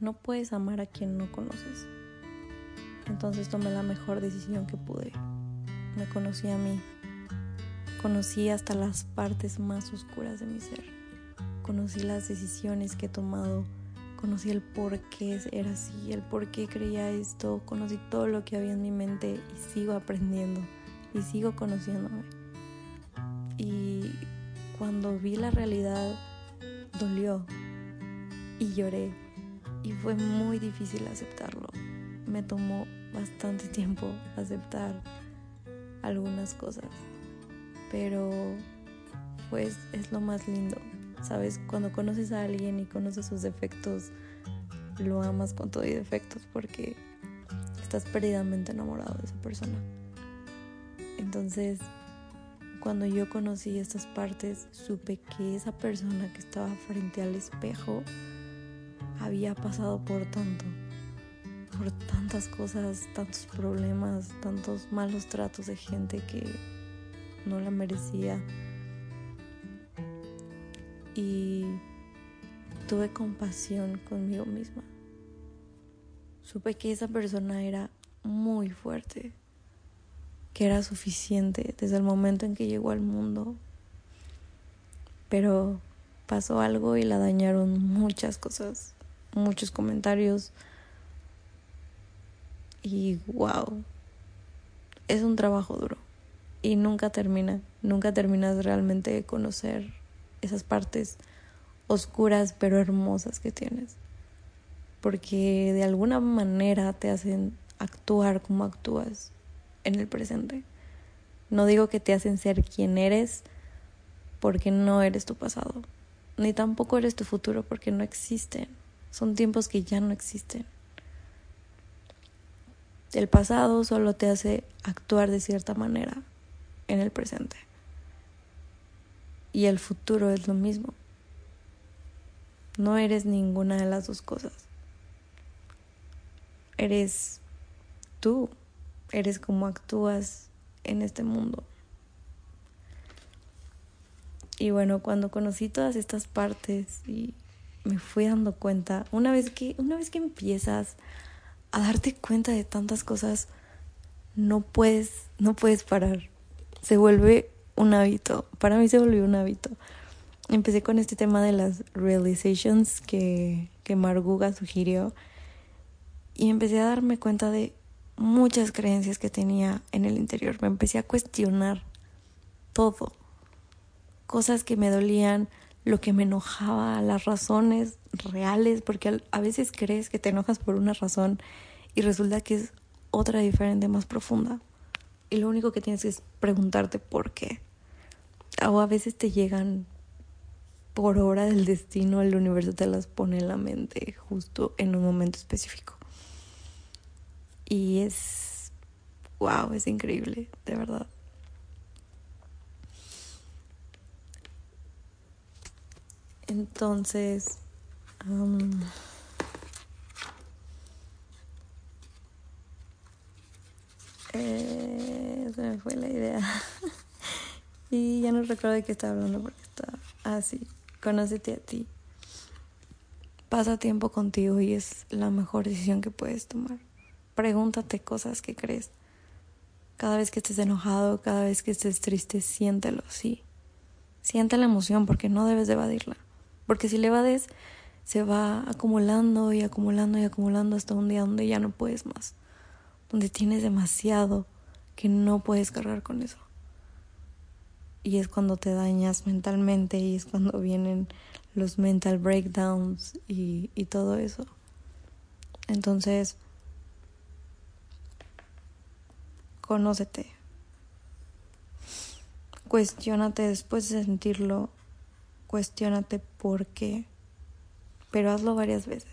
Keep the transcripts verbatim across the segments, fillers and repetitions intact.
no puedes amar a quien no conoces. Entonces tomé la mejor decisión que pude. Me conocí a mí. Conocí hasta las partes más oscuras de mi ser. Conocí las decisiones que he tomado. Conocí el por qué era así, el por qué creía esto. Conocí todo lo que había en mi mente y sigo aprendiendo. Y sigo conociéndome. Y cuando vi la realidad, dolió. Y lloré. Y fue muy difícil aceptarlo. Me tomó bastante tiempo aceptar algunas cosas. Pero pues es lo más lindo, ¿sabes? Cuando conoces a alguien y conoces sus defectos, lo amas con todo y defectos porque estás perdidamente enamorado de esa persona. Entonces, cuando yo conocí estas partes, supe que esa persona que estaba frente al espejo había pasado por tanto, por tantas cosas, tantos problemas, tantos malos tratos de gente que no la merecía. Y tuve compasión conmigo misma. Supe que esa persona era muy fuerte, que era suficiente desde el momento en que llegó al mundo. Pero pasó algo y la dañaron muchas cosas, muchos comentarios. Y wow, es un trabajo duro. Y nunca termina, nunca terminas realmente de conocer esas partes oscuras pero hermosas que tienes. Porque de alguna manera te hacen actuar como actúas en el presente. No digo que te hacen ser quien eres porque no eres tu pasado. Ni tampoco eres tu futuro porque no existen. Son tiempos que ya no existen. El pasado solo te hace actuar de cierta manera en el presente. Y el futuro es lo mismo. No eres ninguna de las dos cosas. Eres tú. Eres como actúas en este mundo. Y bueno, cuando conocí todas estas partes y me fui dando cuenta, una vez que, una vez que empiezas a darte cuenta de tantas cosas, no puedes, no puedes parar. Se vuelve un hábito. Para mí se volvió un hábito. Empecé con este tema de las realizations que, que Marguga sugirió y empecé a darme cuenta de muchas creencias que tenía en el interior. Me empecé a cuestionar todo. Cosas que me dolían, lo que me enojaba, las razones reales, porque a veces crees que te enojas por una razón y resulta que es otra diferente, más profunda. Y lo único que tienes es preguntarte por qué. O a veces te llegan por obra del destino, el universo te las pone en la mente justo en un momento específico. Y es, wow, es increíble, de verdad. Entonces, um, eh, se me fue la idea. Y ya no recuerdo de qué estaba hablando porque estaba así. Conócete a ti. Pasa tiempo contigo y es la mejor decisión que puedes tomar. Pregúntate cosas que crees. Cada vez que estés enojado, cada vez que estés triste, siéntelo, sí. Siente la emoción porque no debes de evadirla. Porque si le evades, se va acumulando y acumulando y acumulando hasta un día donde ya no puedes más. Donde tienes demasiado que no puedes cargar con eso. Y es cuando te dañas mentalmente y es cuando vienen los mental breakdowns y, y todo eso. Entonces, conócete. Cuestiónate después de sentirlo. Cuestiónate por qué. Pero hazlo varias veces.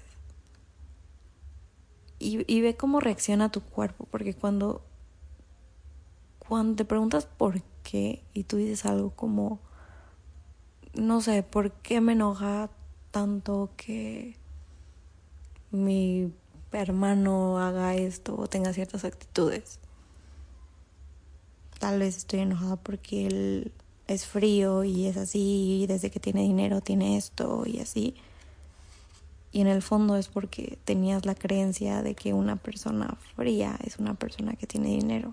Y, y ve cómo reacciona tu cuerpo. Porque cuando, cuando te preguntas por qué y tú dices algo como, no sé, ¿por qué me enoja tanto que mi hermano haga esto o tenga ciertas actitudes? Tal vez estoy enojada porque él es frío y es así, y desde que tiene dinero tiene esto y así. Y en el fondo es porque tenías la creencia de que una persona fría es una persona que tiene dinero.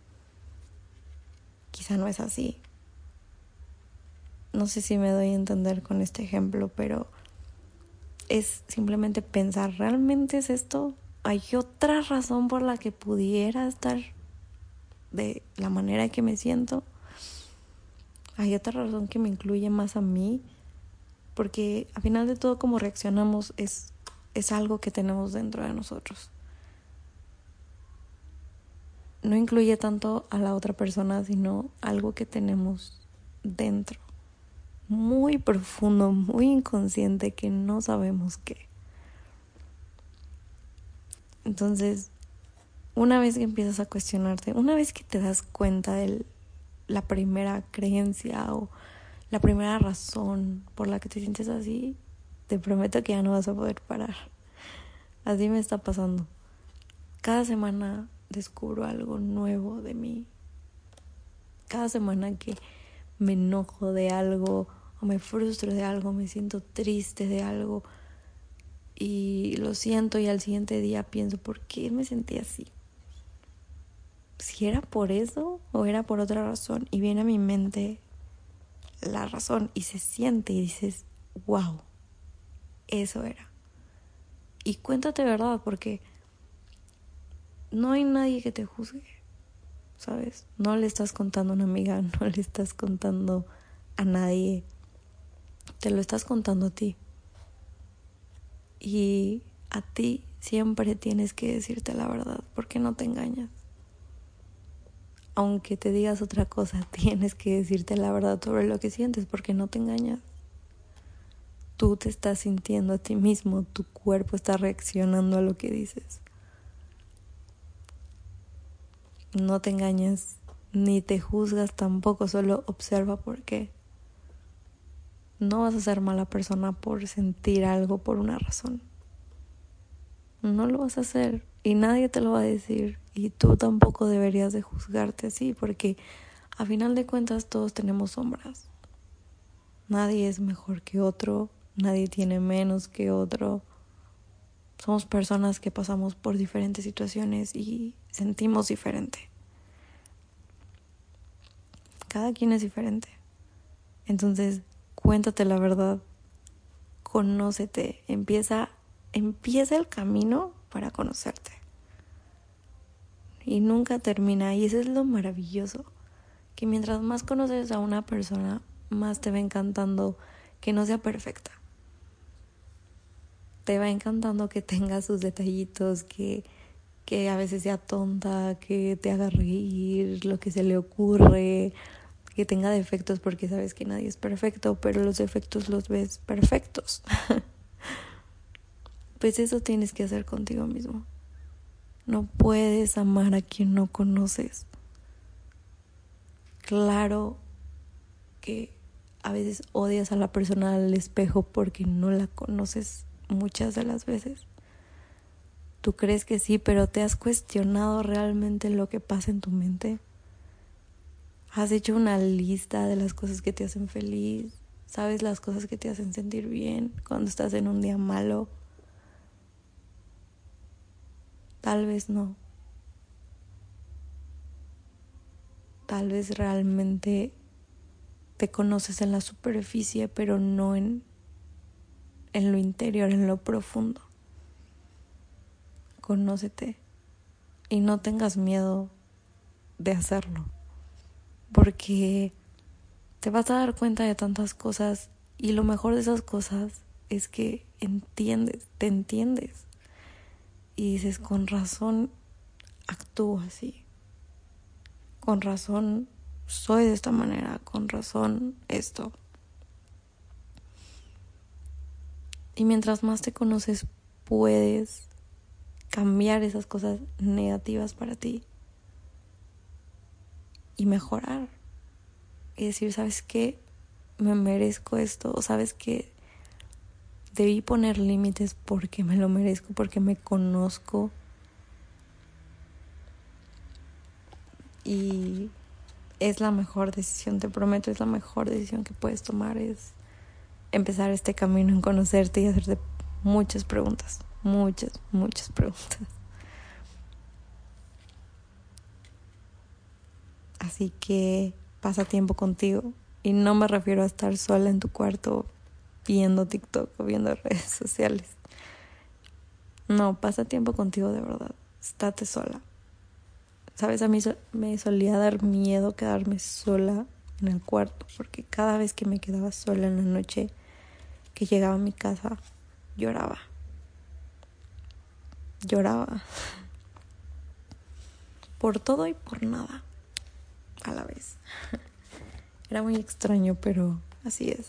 Quizá no es así. No sé si me doy a entender con este ejemplo, pero es simplemente pensar, ¿realmente es esto? ¿Hay otra razón por la que pudiera estar de la manera que me siento? ¿Hay otra razón que me incluye más a mí? Porque al final de todo, como reaccionamos es, es algo que tenemos dentro de nosotros. No incluye tanto a la otra persona, sino algo que tenemos dentro. Muy profundo, muy inconsciente, que no sabemos qué. Entonces, una vez que empiezas a cuestionarte, una vez que te das cuenta de la primera creencia o la primera razón por la que te sientes así, te prometo que ya no vas a poder parar. Así me está pasando. Cada semana descubro algo nuevo de mí. Cada semana que me enojo de algo o me frustro de algo, me siento triste de algo y lo siento, y al siguiente día pienso, ¿por qué me sentí así? ¿Si era por eso o era por otra razón? Y viene a mi mente la razón y se siente y dices, wow, eso era. Y cuéntate verdad, porque no hay nadie que te juzgue, ¿sabes? No le estás contando a una amiga, no le estás contando a nadie, te lo estás contando a ti. Y a ti siempre tienes que decirte la verdad, porque no te engañas. Aunque te digas otra cosa, tienes que decirte la verdad sobre lo que sientes, porque no te engañas. Tú te estás sintiendo a ti mismo, tu cuerpo está reaccionando a lo que dices. No te engañas, ni te juzgas tampoco, solo observa por qué. No vas a ser mala persona por sentir algo por una razón. No lo vas a hacer y nadie te lo va a decir, y tú tampoco deberías de juzgarte así, porque a final de cuentas todos tenemos sombras. Nadie es mejor que otro, nadie tiene menos que otro. Somos personas que pasamos por diferentes situaciones y sentimos diferente. Cada quien es diferente. Entonces, cuéntate la verdad, conócete, empieza, empieza el camino para conocerte. Y nunca termina, y eso es lo maravilloso, que mientras más conoces a una persona, más te va encantando que no sea perfecta. Te va encantando que tenga sus detallitos, que, que a veces sea tonta, que te haga reír, lo que se le ocurre, que tenga defectos, porque sabes que nadie es perfecto, pero los defectos los ves perfectos. Pues eso tienes que hacer contigo mismo. No puedes amar a quien no conoces. Claro que a veces odias a la persona al espejo porque no la conoces muchas de las veces. Tú crees que sí, pero ¿te has cuestionado realmente lo que pasa en tu mente? ¿Has hecho una lista de las cosas que te hacen feliz? ¿Sabes las cosas que te hacen sentir bien cuando estás en un día malo? Tal vez no. Tal vez realmente te conoces en la superficie, pero no en, en lo interior, en lo profundo. Conócete y no tengas miedo de hacerlo, porque te vas a dar cuenta de tantas cosas, y lo mejor de esas cosas es que entiendes, te entiendes y dices, con razón actúo así, con razón soy de esta manera, con razón esto. Y mientras más te conoces, puedes cambiar esas cosas negativas para ti y mejorar. Y decir, ¿sabes qué? Me merezco esto. O ¿sabes qué? Debí poner límites porque me lo merezco, porque me conozco. Y es la mejor decisión, te prometo, es la mejor decisión que puedes tomar, es empezar este camino en conocerte y hacerte muchas preguntas, muchas, muchas preguntas. Así que pasa tiempo contigo. Y no me refiero a estar sola en tu cuarto viendo TikTok o viendo redes sociales. No, pasa tiempo contigo de verdad. Estate sola. Sabes, a mí me solía dar miedo quedarme sola en el cuarto, porque cada vez que me quedaba sola en la noche que llegaba a mi casa, lloraba. Lloraba. Por todo y por nada a la vez. Era muy extraño, pero así es.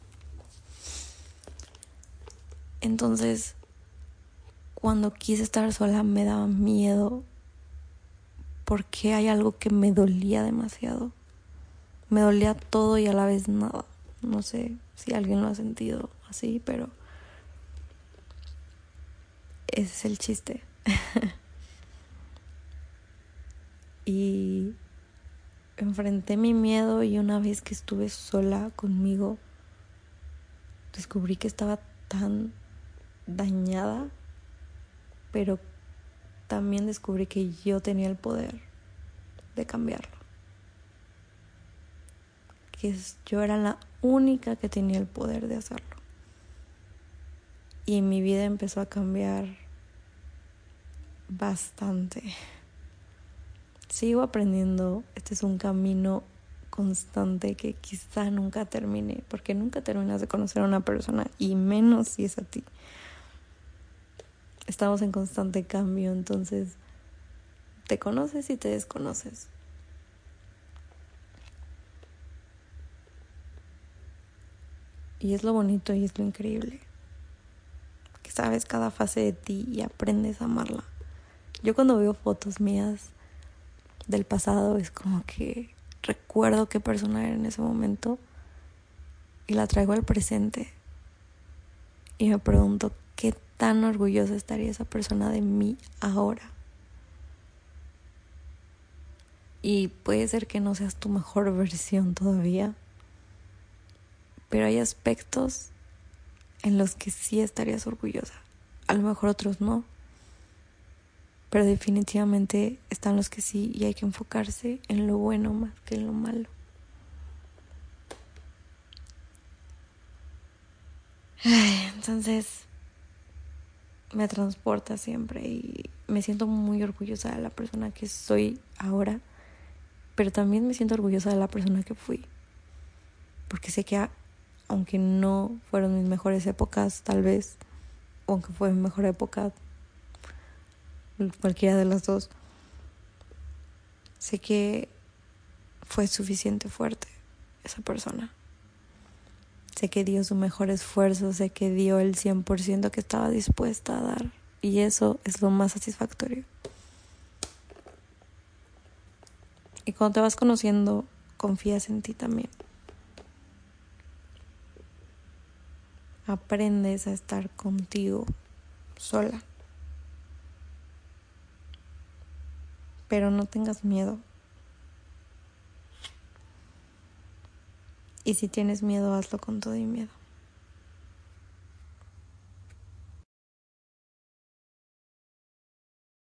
Entonces, cuando quise estar sola me daba miedo porque hay algo que me dolía demasiado. Me dolía todo y a la vez nada. No sé si alguien lo ha sentido así, pero ese es el chiste. Y enfrenté mi miedo y una vez que estuve sola conmigo, descubrí que estaba tan dañada, pero también descubrí que yo tenía el poder de cambiarlo. Que yo era la única que tenía el poder de hacerlo. Y mi vida empezó a cambiar bastante. Sigo aprendiendo. Este es un camino constante que quizá nunca termine, porque nunca terminas de conocer a una persona, y menos si es a ti. Estamos en constante cambio, entonces te conoces y te desconoces. Y es lo bonito y es lo increíble, que sabes cada fase de ti y aprendes a amarla. Yo cuando veo fotos mías del pasado es como que recuerdo qué persona era en ese momento y la traigo al presente y me pregunto qué tan orgullosa estaría esa persona de mí ahora. Y puede ser que no seas tu mejor versión todavía, pero hay aspectos en los que sí estarías orgullosa. A lo mejor otros no, pero definitivamente están los que sí, y hay que enfocarse en lo bueno más que en lo malo. Ay, entonces me transporta siempre y me siento muy orgullosa de la persona que soy ahora, pero también me siento orgullosa de la persona que fui, porque sé que aunque no fueron mis mejores épocas, tal vez, o aunque fue mi mejor época, cualquiera de las dos, sé que fue suficiente fuerte esa persona. Sé que dio su mejor esfuerzo, sé que dio el cien por ciento que estaba dispuesta a dar, y eso es lo más satisfactorio. Y cuando te vas conociendo, confías en ti también. Aprendes a estar contigo sola. Pero no tengas miedo. Y si tienes miedo, hazlo con todo y miedo.